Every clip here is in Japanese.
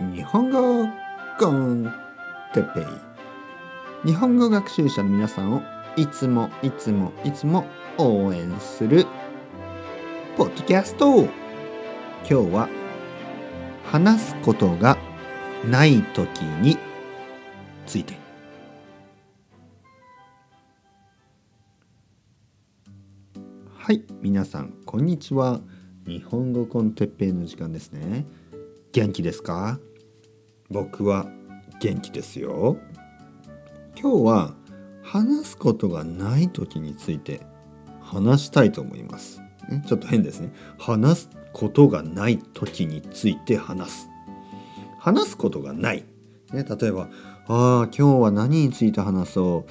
日本語コンテッペイ。日本語学習者の皆さんをいつも応援するポッドキャスト。今日は話すことがないときについて。はい、皆さんこんにちは。日本語コンテッペイの時間ですね。元気ですか？僕は元気ですよ。今日は話すことがない時について話したいと思います。ちょっと変ですね。話すことがない時について話す。話すことがない。例えば、今日は何について話そう。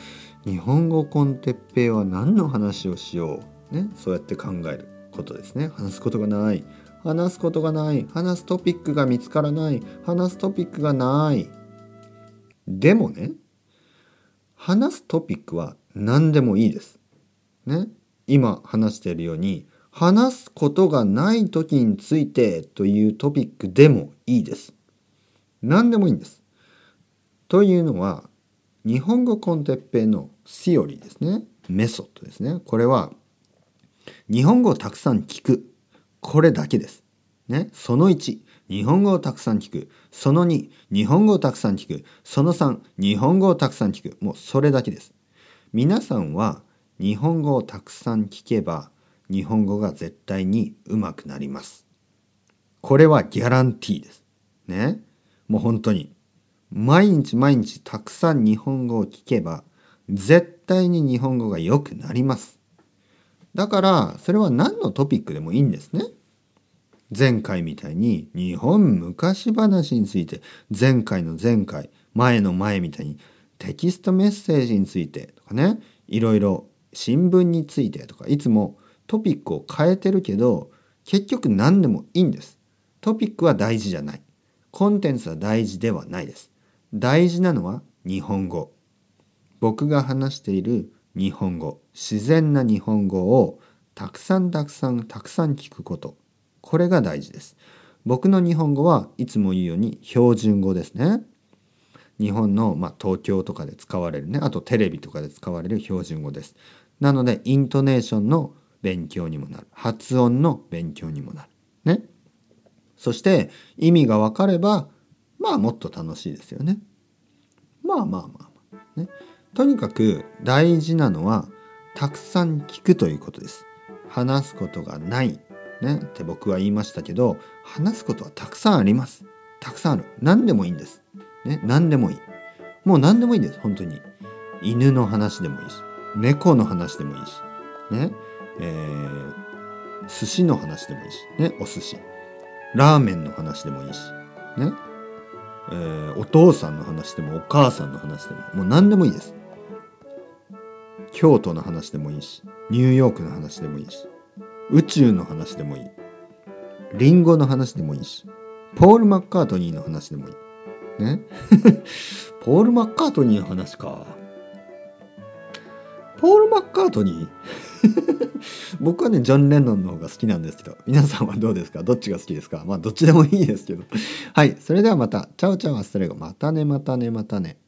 日本語コンテッペイは何の話をしよう。そうやって考えることですね。話すことがない。話すことがない。話すトピックが見つからない。話すトピックがない。でもね、話すトピックは何でもいいです。今話しているように、話すことがない時についてというトピックでもいいです。何でもいいんです。というのは、日本語コンテッペイのセオリーですね。メソッドですね。これは、日本語をたくさん聞く。これだけです。その1、日本語をたくさん聞く。その2、日本語をたくさん聞く。その3、日本語をたくさん聞く。もうそれだけです。皆さんは日本語をたくさん聞けば、日本語が絶対に上手くなります。これはギャランティーです。もう本当に。毎日たくさん日本語を聞けば、絶対に日本語が良くなります。だからそれは何のトピックでもいいんですね。前回みたいに日本昔話について、前回の前回、前の前みたいにテキストメッセージについてとかね、いろいろ新聞についてとか、いつもトピックを変えてるけど、結局何でもいいんです。トピックは大事じゃない。コンテンツは大事ではないです。大事なのは日本語。僕が話している日本語、自然な日本語をたくさん聞くこと。これが大事です。僕の日本語はいつも言うように標準語ですね。日本の、東京とかで使われるね、あとテレビとかで使われる標準語です。なのでイントネーションの勉強にもなる。発音の勉強にもなる。そして意味が分かれば、もっと楽しいですよね。とにかく大事なのはたくさん聞くということです。話すことがないって僕は言いましたけど、話すことはたくさんあります。たくさんある。何でもいいんです。何でもいい。もう何でもいいです。本当に。犬の話でもいいし、猫の話でもいいし、寿司の話でもいいし、お寿司。ラーメンの話でもいいし、お父さんの話でもお母さんの話でも、もう何でもいいです。京都の話でもいいし、ニューヨークの話でもいいし、宇宙の話でもいい。リンゴの話でもいいし、ポール・マッカートニーの話でもいい。ポール・マッカートニーの話か。ポール・マッカートニー僕はね、ジョン・レノンの方が好きなんですけど、皆さんはどうですか？どっちが好きですか？どっちでもいいですけど。はい、それではまた。チャオチャオアストレゴ。またね。